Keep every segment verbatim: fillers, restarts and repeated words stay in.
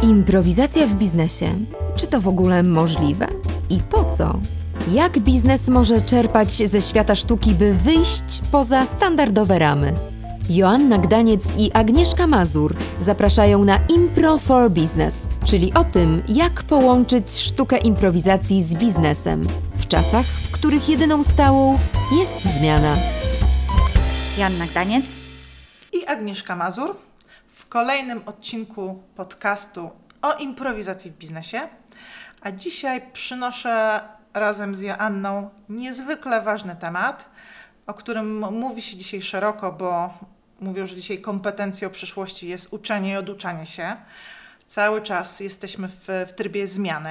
Improwizacja w biznesie. Czy to w ogóle możliwe? I po co? Jak biznes może czerpać ze świata sztuki, by wyjść poza standardowe ramy? Joanna Gdaniec i Agnieszka Mazur zapraszają na Impro for Business, czyli o tym, jak połączyć sztukę improwizacji z biznesem w czasach, w których jedyną stałą jest zmiana. Joanna Gdaniec i Agnieszka Mazur w kolejnym odcinku podcastu o improwizacji w biznesie. A dzisiaj przynoszę razem z Joanną niezwykle ważny temat, o którym mówi się dzisiaj szeroko, bo mówią, że dzisiaj kompetencją przyszłości jest uczenie i oduczanie się. Cały czas jesteśmy w, w trybie zmiany.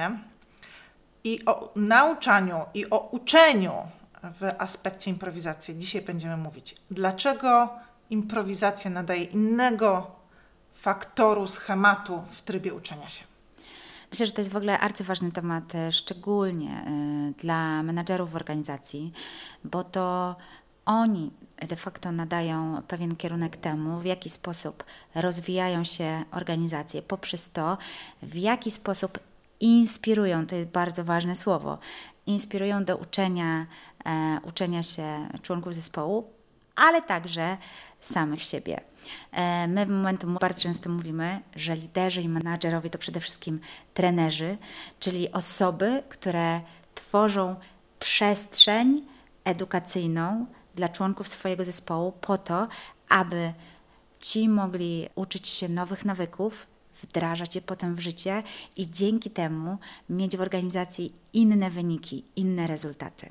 I o nauczaniu i o uczeniu w aspekcie improwizacji dzisiaj będziemy mówić. Dlaczego improwizacja nadaje innego faktoru, schematu w trybie uczenia się? Myślę, że to jest w ogóle arcyważny temat, szczególnie dla menadżerów w organizacji, bo to oni de facto nadają pewien kierunek temu, w jaki sposób rozwijają się organizacje, poprzez to, w jaki sposób inspirują, to jest bardzo ważne słowo, inspirują do uczenia, e, uczenia się członków zespołu, ale także samych siebie. E, my w momentu bardzo często mówimy, że liderzy i menadżerowie to przede wszystkim trenerzy, czyli osoby, które tworzą przestrzeń edukacyjną dla członków swojego zespołu po to, aby ci mogli uczyć się nowych nawyków, wdrażać je potem w życie i dzięki temu mieć w organizacji inne wyniki, inne rezultaty.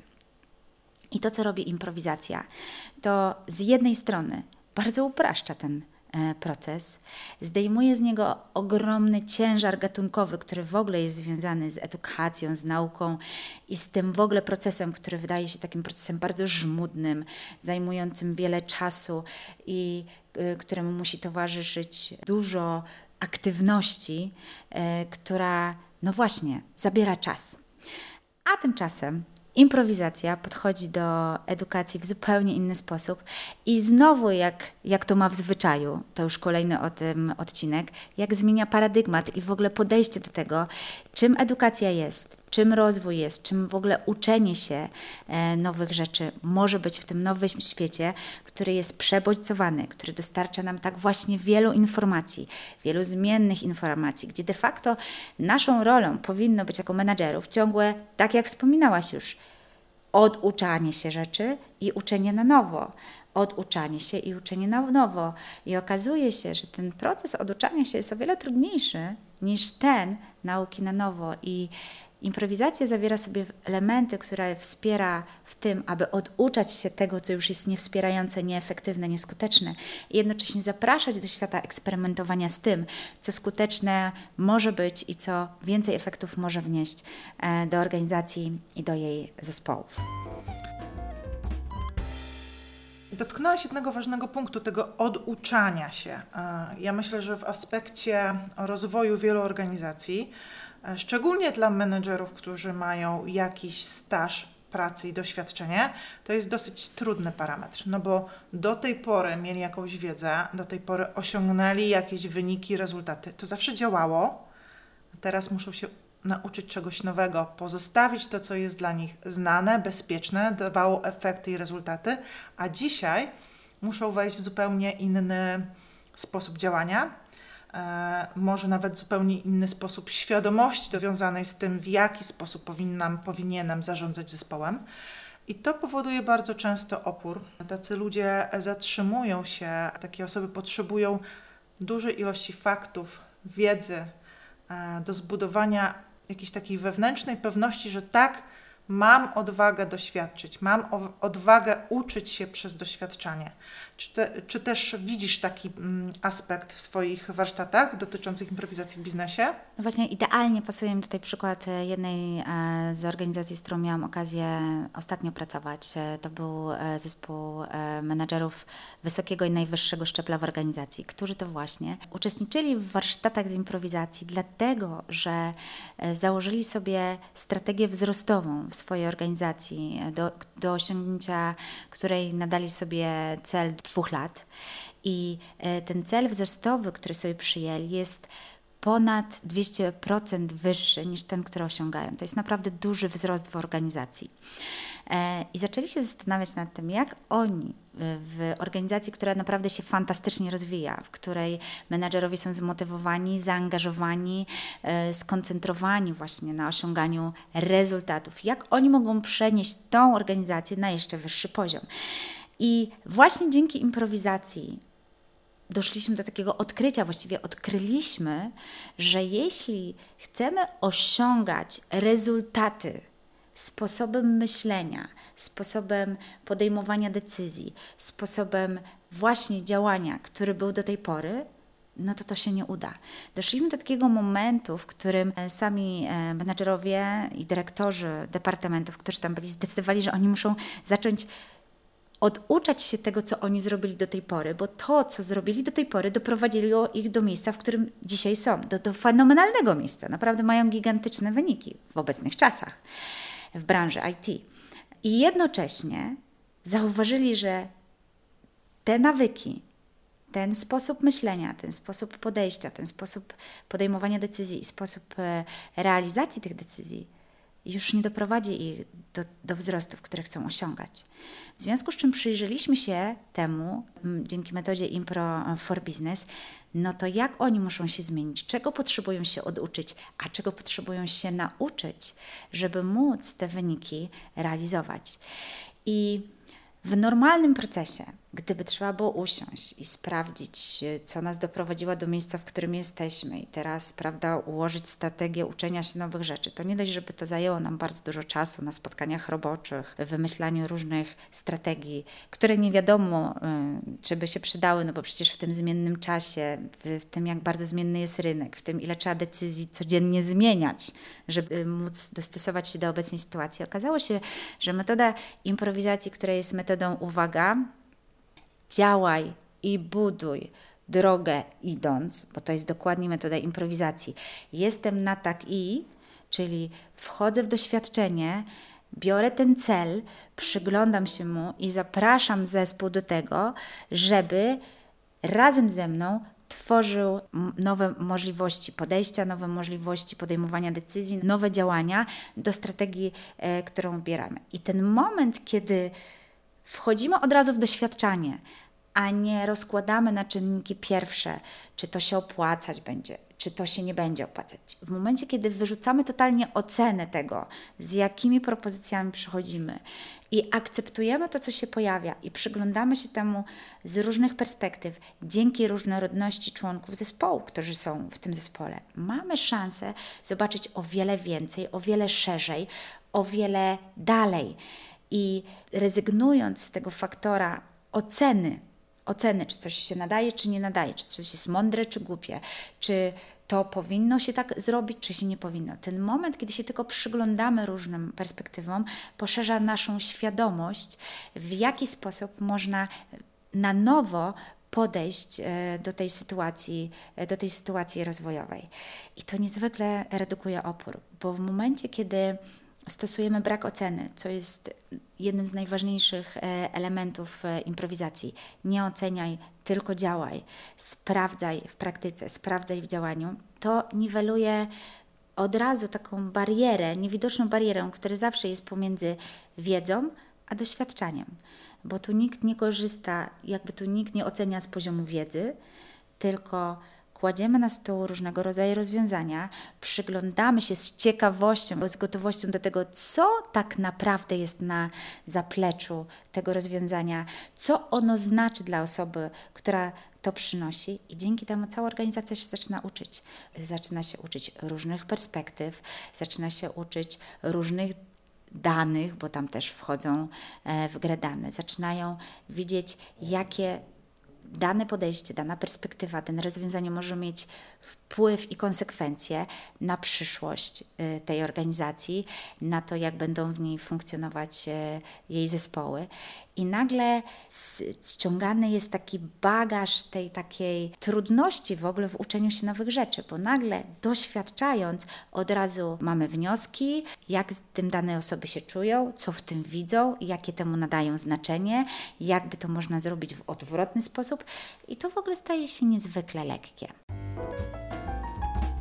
I to, co robi improwizacja, to z jednej strony bardzo upraszcza ten e, proces, zdejmuje z niego ogromny ciężar gatunkowy, który w ogóle jest związany z edukacją, z nauką i z tym w ogóle procesem, który wydaje się takim procesem bardzo żmudnym, zajmującym wiele czasu i e, któremu musi towarzyszyć dużo aktywności, e, która, no właśnie, zabiera czas. A tymczasem improwizacja podchodzi do edukacji w zupełnie inny sposób i znowu, jak, jak to ma w zwyczaju, to już kolejny o tym odcinek, jak zmienia paradygmat i w ogóle podejście do tego, czym edukacja jest, czym rozwój jest, czym w ogóle uczenie się e, nowych rzeczy może być w tym nowym świecie, który jest przebodźcowany, który dostarcza nam tak właśnie wielu informacji, wielu zmiennych informacji, gdzie de facto naszą rolą powinno być jako menadżerów ciągłe, tak jak wspominałaś już, oduczanie się rzeczy i uczenie na nowo, oduczanie się i uczenie na nowo. I okazuje się, że ten proces oduczania się jest o wiele trudniejszy niż ten nauki na nowo. I improwizacja zawiera sobie elementy, które wspiera w tym, aby oduczać się tego, co już jest niewspierające, nieefektywne, nieskuteczne i jednocześnie zapraszać do świata eksperymentowania z tym, co skuteczne może być i co więcej efektów może wnieść do organizacji i do jej zespołów. Dotknąłeś jednego ważnego punktu, tego oduczania się. Ja myślę, że w aspekcie rozwoju wielu organizacji, szczególnie dla menedżerów, którzy mają jakiś staż pracy i doświadczenie, to jest dosyć trudny parametr, no bo do tej pory mieli jakąś wiedzę, do tej pory osiągnęli jakieś wyniki, rezultaty. To zawsze działało, a teraz muszą się nauczyć czegoś nowego, pozostawić to, co jest dla nich znane, bezpieczne, dawało efekty i rezultaty, a dzisiaj muszą wejść w zupełnie inny sposób działania, e, może nawet zupełnie inny sposób świadomości związanej z tym, w jaki sposób powinnam, powinienem zarządzać zespołem. I to powoduje bardzo często opór. Tacy ludzie zatrzymują się, takie osoby potrzebują dużej ilości faktów, wiedzy e, do zbudowania jakiejś takiej wewnętrznej pewności, że tak, mam odwagę doświadczyć, mam odwagę uczyć się przez doświadczanie. Czy, te, czy też widzisz taki mm, aspekt w swoich warsztatach dotyczących improwizacji w biznesie? No właśnie idealnie pasuje mi tutaj przykład jednej z organizacji, z którą miałam okazję ostatnio pracować. To był zespół menadżerów wysokiego i najwyższego szczebla w organizacji, którzy to właśnie uczestniczyli w warsztatach z improwizacji, dlatego że założyli sobie strategię wzrostową w swojej organizacji, do, do osiągnięcia której nadali sobie cel dwóch lat. I ten cel wzrostowy, który sobie przyjęli, jest ponad dwieście procent wyższy niż ten, który osiągają. To jest naprawdę duży wzrost w organizacji. E, I zaczęli się zastanawiać nad tym, jak oni w organizacji, która naprawdę się fantastycznie rozwija, w której menadżerowie są zmotywowani, zaangażowani, e, skoncentrowani właśnie na osiąganiu rezultatów, jak oni mogą przenieść tą organizację na jeszcze wyższy poziom. I właśnie dzięki improwizacji doszliśmy do takiego odkrycia, właściwie odkryliśmy, że jeśli chcemy osiągać rezultaty sposobem myślenia, sposobem podejmowania decyzji, sposobem właśnie działania, który był do tej pory, no to to się nie uda. Doszliśmy do takiego momentu, w którym sami menadżerowie i dyrektorzy departamentów, którzy tam byli, zdecydowali, że oni muszą zacząć oduczać się tego, co oni zrobili do tej pory, bo to, co zrobili do tej pory, doprowadziło ich do miejsca, w którym dzisiaj są, do, do fenomenalnego miejsca. Naprawdę mają gigantyczne wyniki w obecnych czasach w branży I T. I jednocześnie zauważyli, że te nawyki, ten sposób myślenia, ten sposób podejścia, ten sposób podejmowania decyzji i sposób realizacji tych decyzji już nie doprowadzi ich do, do wzrostów, które chcą osiągać. W związku z czym przyjrzeliśmy się temu, dzięki metodzie Impro for Business, no to jak oni muszą się zmienić, czego potrzebują się oduczyć, a czego potrzebują się nauczyć, żeby móc te wyniki realizować. I w normalnym procesie, gdyby trzeba było usiąść i sprawdzić, co nas doprowadziło do miejsca, w którym jesteśmy i teraz, prawda, ułożyć strategię uczenia się nowych rzeczy, to nie dość, żeby to zajęło nam bardzo dużo czasu na spotkaniach roboczych, wymyślaniu różnych strategii, które nie wiadomo, y, czy by się przydały, no bo przecież w tym zmiennym czasie, w, w tym, jak bardzo zmienny jest rynek, w tym, ile trzeba decyzji codziennie zmieniać, żeby móc dostosować się do obecnej sytuacji. Okazało się, że metoda improwizacji, która jest metodą, uwaga, działaj i buduj drogę idąc, bo to jest dokładnie metoda improwizacji. Jestem na tak i, czyli wchodzę w doświadczenie, biorę ten cel, przyglądam się mu i zapraszam zespół do tego, żeby razem ze mną tworzył nowe możliwości podejścia, nowe możliwości podejmowania decyzji, nowe działania do strategii, e, którą wybieramy. I ten moment, kiedy wchodzimy od razu w doświadczanie, a nie rozkładamy na czynniki pierwsze, czy to się opłacać będzie, czy to się nie będzie opłacać. W momencie, kiedy wyrzucamy totalnie ocenę tego, z jakimi propozycjami przychodzimy i akceptujemy to, co się pojawia i przyglądamy się temu z różnych perspektyw, dzięki różnorodności członków zespołu, którzy są w tym zespole, mamy szansę zobaczyć o wiele więcej, o wiele szerzej, o wiele dalej. I rezygnując z tego faktora oceny, oceny, czy coś się nadaje, czy nie nadaje, czy coś jest mądre, czy głupie, czy to powinno się tak zrobić, czy się nie powinno. Ten moment, kiedy się tylko przyglądamy różnym perspektywom, poszerza naszą świadomość, w jaki sposób można na nowo podejść do tej sytuacji, do tej sytuacji rozwojowej. I to niezwykle redukuje opór, bo w momencie, kiedy stosujemy brak oceny, co jest jednym z najważniejszych elementów improwizacji. Nie oceniaj, tylko działaj. Sprawdzaj w praktyce, sprawdzaj w działaniu. To niweluje od razu taką barierę, niewidoczną barierę, która zawsze jest pomiędzy wiedzą a doświadczaniem. Bo tu nikt nie korzysta, jakby tu nikt nie ocenia z poziomu wiedzy, tylko kładziemy na stół różnego rodzaju rozwiązania, przyglądamy się z ciekawością, z gotowością do tego, co tak naprawdę jest na zapleczu tego rozwiązania, co ono znaczy dla osoby, która to przynosi i dzięki temu cała organizacja się zaczyna uczyć. Zaczyna się uczyć różnych perspektyw, zaczyna się uczyć różnych danych, bo tam też wchodzą w grę dane. Zaczynają widzieć, jakie dane podejście, dana perspektywa, dane rozwiązanie może mieć wpływ i konsekwencje na przyszłość tej organizacji, na to, jak będą w niej funkcjonować jej zespoły. I nagle ściągany jest taki bagaż tej takiej trudności w ogóle w uczeniu się nowych rzeczy, bo nagle doświadczając od razu mamy wnioski, jak z tym dane osoby się czują, co w tym widzą, jakie temu nadają znaczenie, jak by to można zrobić w odwrotny sposób i to w ogóle staje się niezwykle lekkie.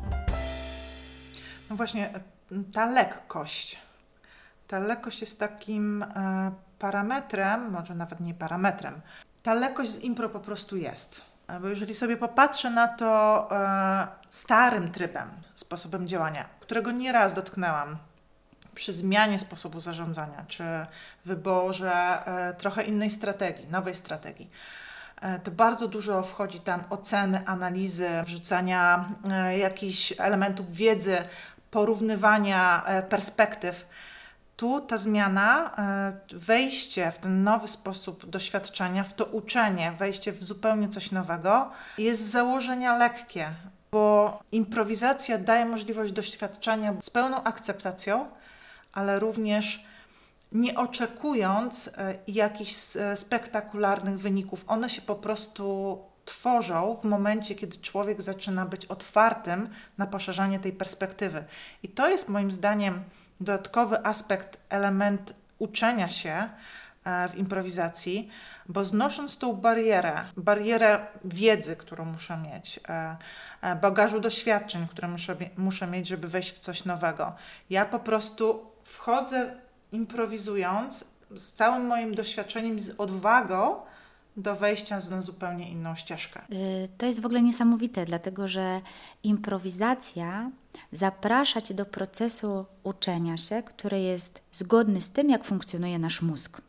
Właśnie ta lekkość. Ta lekkość jest takim e, parametrem, może nawet nie parametrem. Ta lekkość z impro po prostu jest. E, Bo jeżeli sobie popatrzę na to e, starym trybem, sposobem działania, którego nieraz dotknęłam przy zmianie sposobu zarządzania, czy wyborze e, trochę innej strategii, nowej strategii, e, to bardzo dużo wchodzi tam oceny, analizy, wrzucania e, jakichś elementów wiedzy, porównywania e, perspektyw. Tu ta zmiana, e, wejście w ten nowy sposób doświadczenia, w to uczenie, wejście w zupełnie coś nowego jest z założenia lekkie, bo improwizacja daje możliwość doświadczenia z pełną akceptacją, ale również nie oczekując e, jakichś e, spektakularnych wyników. One się po prostu tworzą w momencie, kiedy człowiek zaczyna być otwartym na poszerzanie tej perspektywy. I to jest moim zdaniem dodatkowy aspekt, element uczenia się e, w improwizacji, bo znosząc tą barierę, barierę wiedzy, którą muszę mieć, e, e, bagażu doświadczeń, które muszę, muszę mieć, żeby wejść w coś nowego, ja po prostu wchodzę improwizując z całym moim doświadczeniem, z odwagą do wejścia na zupełnie inną ścieżkę. Y, To jest w ogóle niesamowite, dlatego że improwizacja zaprasza Cię do procesu uczenia się, który jest zgodny z tym, jak funkcjonuje nasz mózg.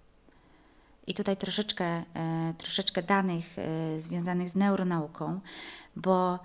I tutaj troszeczkę, e, troszeczkę danych e, związanych z neuronauką, bo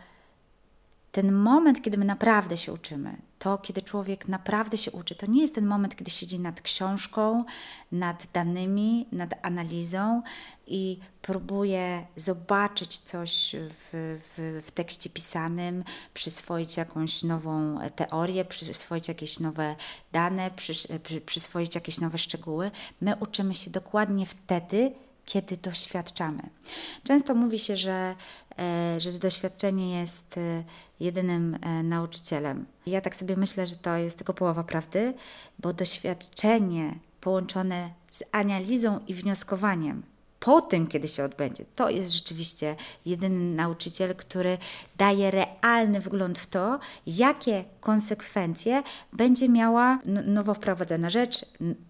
ten moment, kiedy my naprawdę się uczymy, to kiedy człowiek naprawdę się uczy, to nie jest ten moment, kiedy siedzi nad książką, nad danymi, nad analizą i próbuje zobaczyć coś w, w, w tekście pisanym, przyswoić jakąś nową teorię, przyswoić jakieś nowe dane, przys, przy, przyswoić jakieś nowe szczegóły. My uczymy się dokładnie wtedy, kiedy doświadczamy. Często mówi się, że, e, że doświadczenie jest e, jedynym e, nauczycielem. Ja tak sobie myślę, że to jest tylko połowa prawdy, bo doświadczenie połączone z analizą i wnioskowaniem po tym, kiedy się odbędzie, to jest rzeczywiście jedyny nauczyciel, który daje realny wgląd w to, jakie konsekwencje będzie miała nowo wprowadzona rzecz,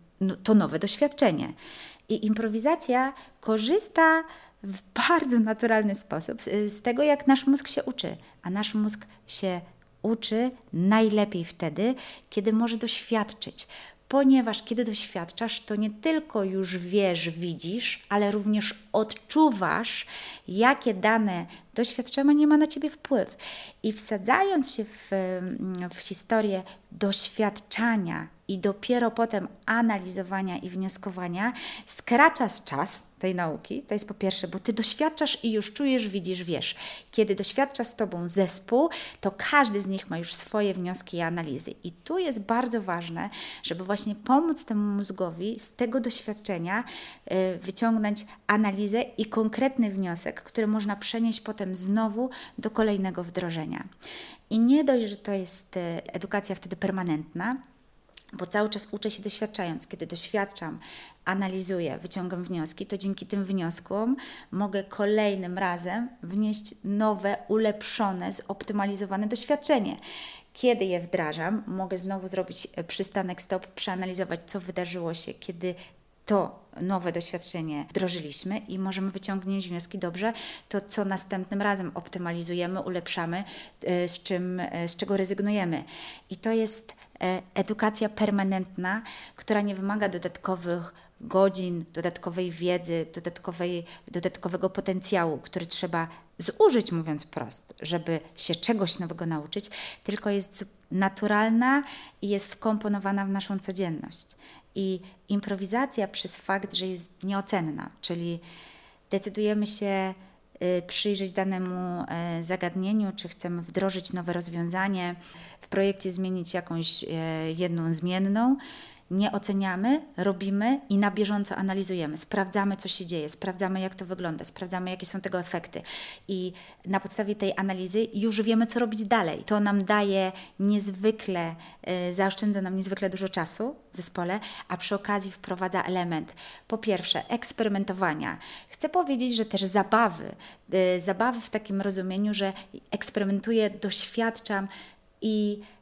to nowe doświadczenie. I improwizacja korzysta w bardzo naturalny sposób z tego, jak nasz mózg się uczy. A nasz mózg się uczy najlepiej wtedy, kiedy może doświadczyć. Ponieważ kiedy doświadczasz, to nie tylko już wiesz, widzisz, ale również odczuwasz, jakie dane doświadczenia ma na Ciebie wpływ. I wsadzając się w, w historię doświadczania i dopiero potem analizowania i wnioskowania, skraca czas tej nauki. To jest po pierwsze, bo Ty doświadczasz i już czujesz, widzisz, wiesz. Kiedy doświadcza z Tobą zespół, to każdy z nich ma już swoje wnioski i analizy. I tu jest bardzo ważne, żeby właśnie pomóc temu mózgowi z tego doświadczenia y, wyciągnąć analizę i konkretny wniosek, który można przenieść potem znowu do kolejnego wdrożenia. I nie dość, że to jest y, edukacja wtedy permanentna, bo cały czas uczę się doświadczając. Kiedy doświadczam, analizuję, wyciągam wnioski, to dzięki tym wnioskom mogę kolejnym razem wnieść nowe, ulepszone, zoptymalizowane doświadczenie. Kiedy je wdrażam, mogę znowu zrobić przystanek stop, przeanalizować, co wydarzyło się, kiedy to nowe doświadczenie wdrożyliśmy i możemy wyciągnąć wnioski dobrze, to co następnym razem optymalizujemy, ulepszamy, z czym, z czego rezygnujemy. I to jest edukacja permanentna, która nie wymaga dodatkowych godzin, dodatkowej wiedzy, dodatkowej, dodatkowego potencjału, który trzeba zużyć, mówiąc prosto, żeby się czegoś nowego nauczyć, tylko jest naturalna i jest wkomponowana w naszą codzienność. I improwizacja przez fakt, że jest nieocenna, czyli decydujemy się przyjrzeć danemu zagadnieniu, czy chcemy wdrożyć nowe rozwiązanie, w projekcie zmienić jakąś jedną zmienną, nie oceniamy, robimy i na bieżąco analizujemy, sprawdzamy, co się dzieje, sprawdzamy, jak to wygląda, sprawdzamy, jakie są tego efekty i na podstawie tej analizy już wiemy, co robić dalej. To nam daje niezwykle, y, zaoszczędza nam niezwykle dużo czasu w zespole, a przy okazji wprowadza element, po pierwsze, eksperymentowania. Chcę powiedzieć, że też zabawy, y, zabawy w takim rozumieniu, że eksperymentuję, doświadczam i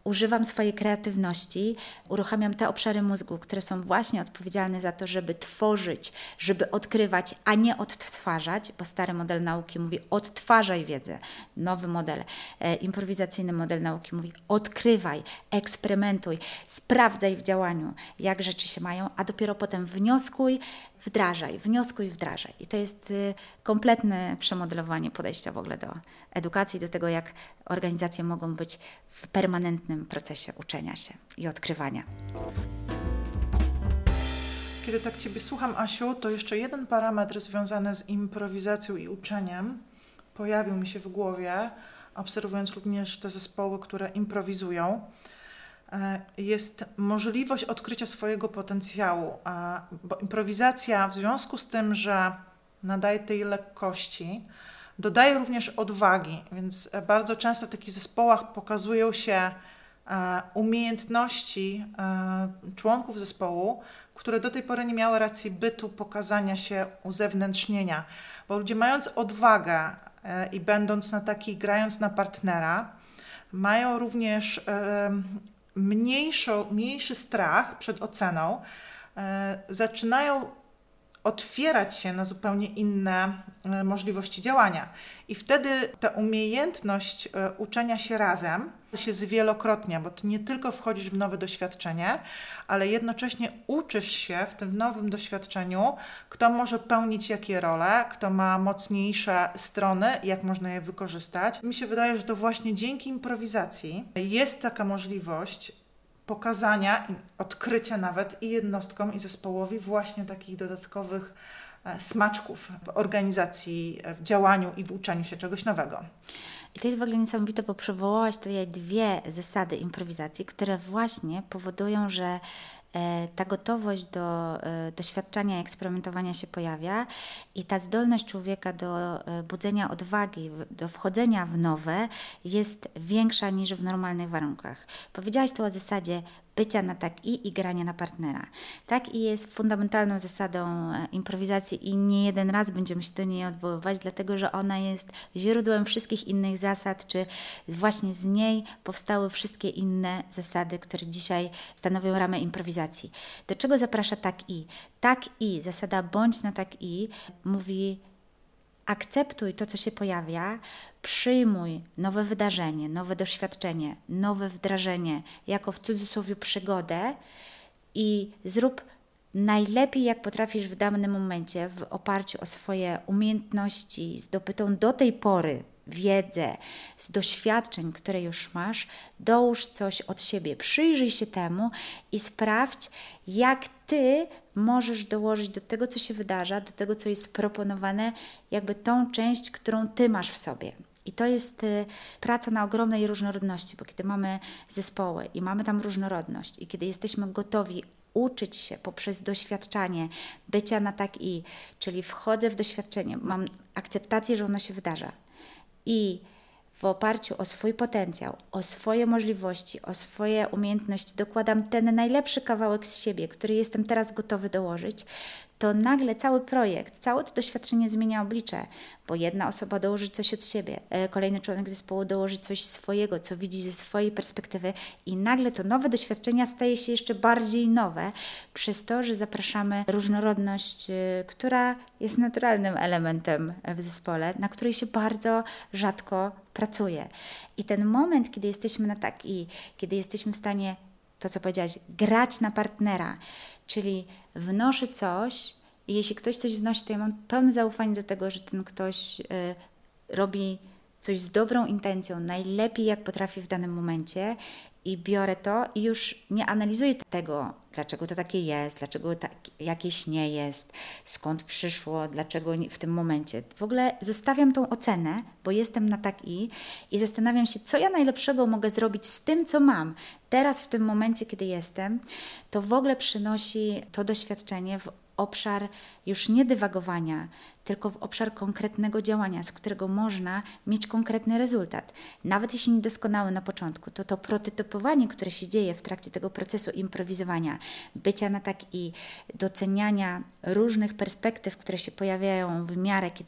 używam swojej kreatywności, uruchamiam te obszary mózgu, które są właśnie odpowiedzialne za to, żeby tworzyć, żeby odkrywać, a nie odtwarzać, bo stary model nauki mówi odtwarzaj wiedzę. Nowy model, e, improwizacyjny model nauki mówi odkrywaj, eksperymentuj, sprawdzaj w działaniu, jak rzeczy się mają, a dopiero potem wnioskuj, wdrażaj, wnioskuj, wdrażaj. I to jest y, kompletne przemodelowanie podejścia w ogóle do edukacji, do tego, jak organizacje mogą być w permanentnym procesie uczenia się i odkrywania. Kiedy tak Ciebie słucham, Asiu, to jeszcze jeden parametr związany z improwizacją i uczeniem pojawił mi się w głowie, obserwując również te zespoły, które improwizują. Jest możliwość odkrycia swojego potencjału, bo improwizacja w związku z tym, że nadaje tej lekkości, dodaje również odwagi, więc bardzo często w takich zespołach pokazują się umiejętności członków zespołu, które do tej pory nie miały racji bytu, pokazania się, uzewnętrznienia, bo ludzie mając odwagę i będąc na takiej, grając na partnera, mają również Mniejszą, mniejszy strach przed oceną, e, zaczynają otwierać się na zupełnie inne e, możliwości działania. I wtedy ta umiejętność e, uczenia się razem się zwielokrotnia, bo ty nie tylko wchodzisz w nowe doświadczenie, ale jednocześnie uczysz się w tym nowym doświadczeniu, kto może pełnić jakie role, kto ma mocniejsze strony, jak można je wykorzystać. Mi się wydaje, że to właśnie dzięki improwizacji jest taka możliwość pokazania, odkrycia nawet i jednostkom, i zespołowi właśnie takich dodatkowych smaczków w organizacji, w działaniu i w uczeniu się czegoś nowego. I to jest w ogóle niesamowite, bo przywołałaś tutaj dwie zasady improwizacji, które właśnie powodują, że e, ta gotowość do e, doświadczania, eksperymentowania się pojawia i ta zdolność człowieka do e, budzenia odwagi, w, do wchodzenia w nowe jest większa niż w normalnych warunkach. Powiedziałaś tu o zasadzie bycia na tak i i grania na partnera. Tak i jest fundamentalną zasadą improwizacji i nie jeden raz będziemy się do niej odwoływać, dlatego że ona jest źródłem wszystkich innych zasad, czy właśnie z niej powstały wszystkie inne zasady, które dzisiaj stanowią ramę improwizacji. Do czego zaprasza tak i? Tak i, zasada bądź na tak i mówi akceptuj to, co się pojawia, przyjmuj nowe wydarzenie, nowe doświadczenie, nowe wdrażanie jako w cudzysłowie przygodę i zrób najlepiej, jak potrafisz w danym momencie w oparciu o swoje umiejętności zdobytą do tej pory wiedzę, z doświadczeń, które już masz, dołóż coś od siebie, przyjrzyj się temu i sprawdź, jak Ty możesz dołożyć do tego, co się wydarza, do tego, co jest proponowane, jakby tą część, którą Ty masz w sobie. I to jest y, praca na ogromnej różnorodności, bo kiedy mamy zespoły i mamy tam różnorodność i kiedy jesteśmy gotowi uczyć się poprzez doświadczanie bycia na tak i, czyli wchodzę w doświadczenie, mam akceptację, że ono się wydarza i w oparciu o swój potencjał, o swoje możliwości, o swoje umiejętności dokładam ten najlepszy kawałek z siebie, który jestem teraz gotowy dołożyć, to nagle cały projekt, całe to doświadczenie zmienia oblicze, bo jedna osoba dołoży coś od siebie, kolejny członek zespołu dołoży coś swojego, co widzi ze swojej perspektywy i nagle to nowe doświadczenia staje się jeszcze bardziej nowe przez to, że zapraszamy różnorodność, która jest naturalnym elementem w zespole, na której się bardzo rzadko pracuje. I ten moment, kiedy jesteśmy na tak i, kiedy jesteśmy w stanie, to co powiedziałaś, grać na partnera, czyli wnoszę coś i jeśli ktoś coś wnosi, to ja mam pełne zaufanie do tego, że ten ktoś y, robi coś z dobrą intencją, najlepiej jak potrafi w danym momencie i biorę to i już nie analizuję tego, dlaczego to takie jest, dlaczego tak, jakieś nie jest, skąd przyszło, dlaczego w tym momencie. W ogóle zostawiam tą ocenę, bo jestem na tak i i zastanawiam się, co ja najlepszego mogę zrobić z tym, co mam teraz w tym momencie, kiedy jestem, to w ogóle przynosi to doświadczenie w obszar już nie dywagowania, tylko w obszar konkretnego działania, z którego można mieć konkretny rezultat. Nawet jeśli niedoskonały na początku, to to prototypowanie, które się dzieje w trakcie tego procesu improwizowania, bycia na tak i doceniania różnych perspektyw, które się pojawiają w miarę, kiedy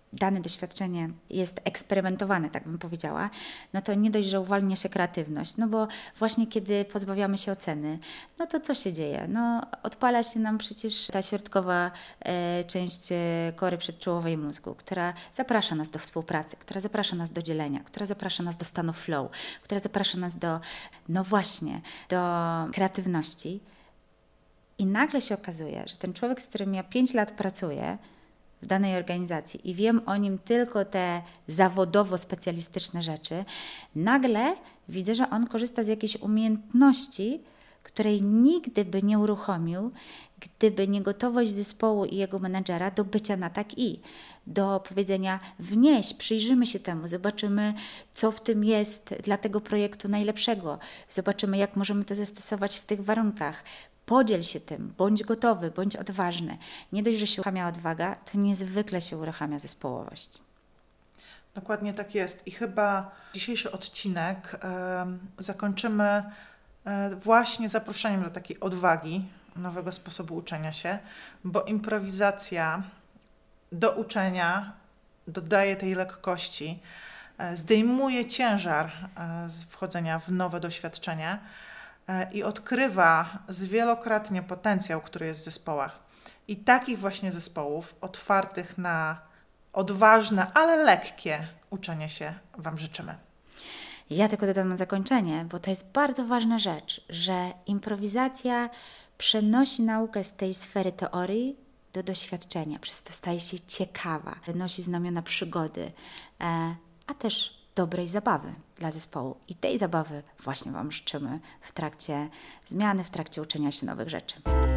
dane doświadczenie jest eksperymentowane, tak bym powiedziała, no to nie dość, że uwalnia się kreatywność, no bo właśnie kiedy pozbawiamy się oceny, no to co się dzieje? No odpala się nam przecież ta środkowa e, część e, kory przedczołowej mózgu, która zaprasza nas do współpracy, która zaprasza nas do dzielenia, która zaprasza nas do stanu flow, która zaprasza nas do, no właśnie, do kreatywności. I nagle się okazuje, że ten człowiek, z którym ja pięć lat pracuję w danej organizacji i wiem o nim tylko te zawodowo-specjalistyczne rzeczy, nagle widzę, że on korzysta z jakiejś umiejętności, której nigdy by nie uruchomił, gdyby nie gotowość zespołu i jego menedżera do bycia na tak i, do powiedzenia wnieś, przyjrzymy się temu, zobaczymy, co w tym jest dla tego projektu najlepszego, zobaczymy, jak możemy to zastosować w tych warunkach. Podziel się tym, bądź gotowy, bądź odważny. Nie dość, że się uruchamia odwaga, to niezwykle się uruchamia zespołowość. Dokładnie tak jest. I chyba dzisiejszy odcinek e, zakończymy e, właśnie zaproszeniem do takiej odwagi, nowego sposobu uczenia się, bo improwizacja do uczenia dodaje tej lekkości, e, zdejmuje ciężar e, z wchodzenia w nowe doświadczenia e, i odkrywa zwielokrotnie potencjał, który jest w zespołach. I takich właśnie zespołów otwartych na odważne, ale lekkie uczenie się Wam życzymy. Ja tylko dodam na zakończenie, bo to jest bardzo ważna rzecz, że improwizacja przenosi naukę z tej sfery teorii do doświadczenia, przez to staje się ciekawa, nosi znamiona przygody, e, a też dobrej zabawy dla zespołu. I tej zabawy właśnie Wam życzymy w trakcie zmiany, w trakcie uczenia się nowych rzeczy.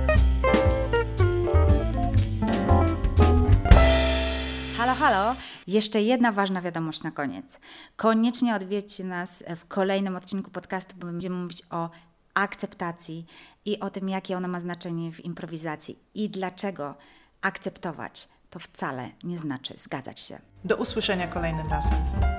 Halo, halo! Jeszcze jedna ważna wiadomość na koniec. Koniecznie odwiedźcie nas w kolejnym odcinku podcastu, bo będziemy mówić o akceptacji i o tym, jakie ona ma znaczenie w improwizacji i dlaczego akceptować to wcale nie znaczy zgadzać się. Do usłyszenia kolejnym razem.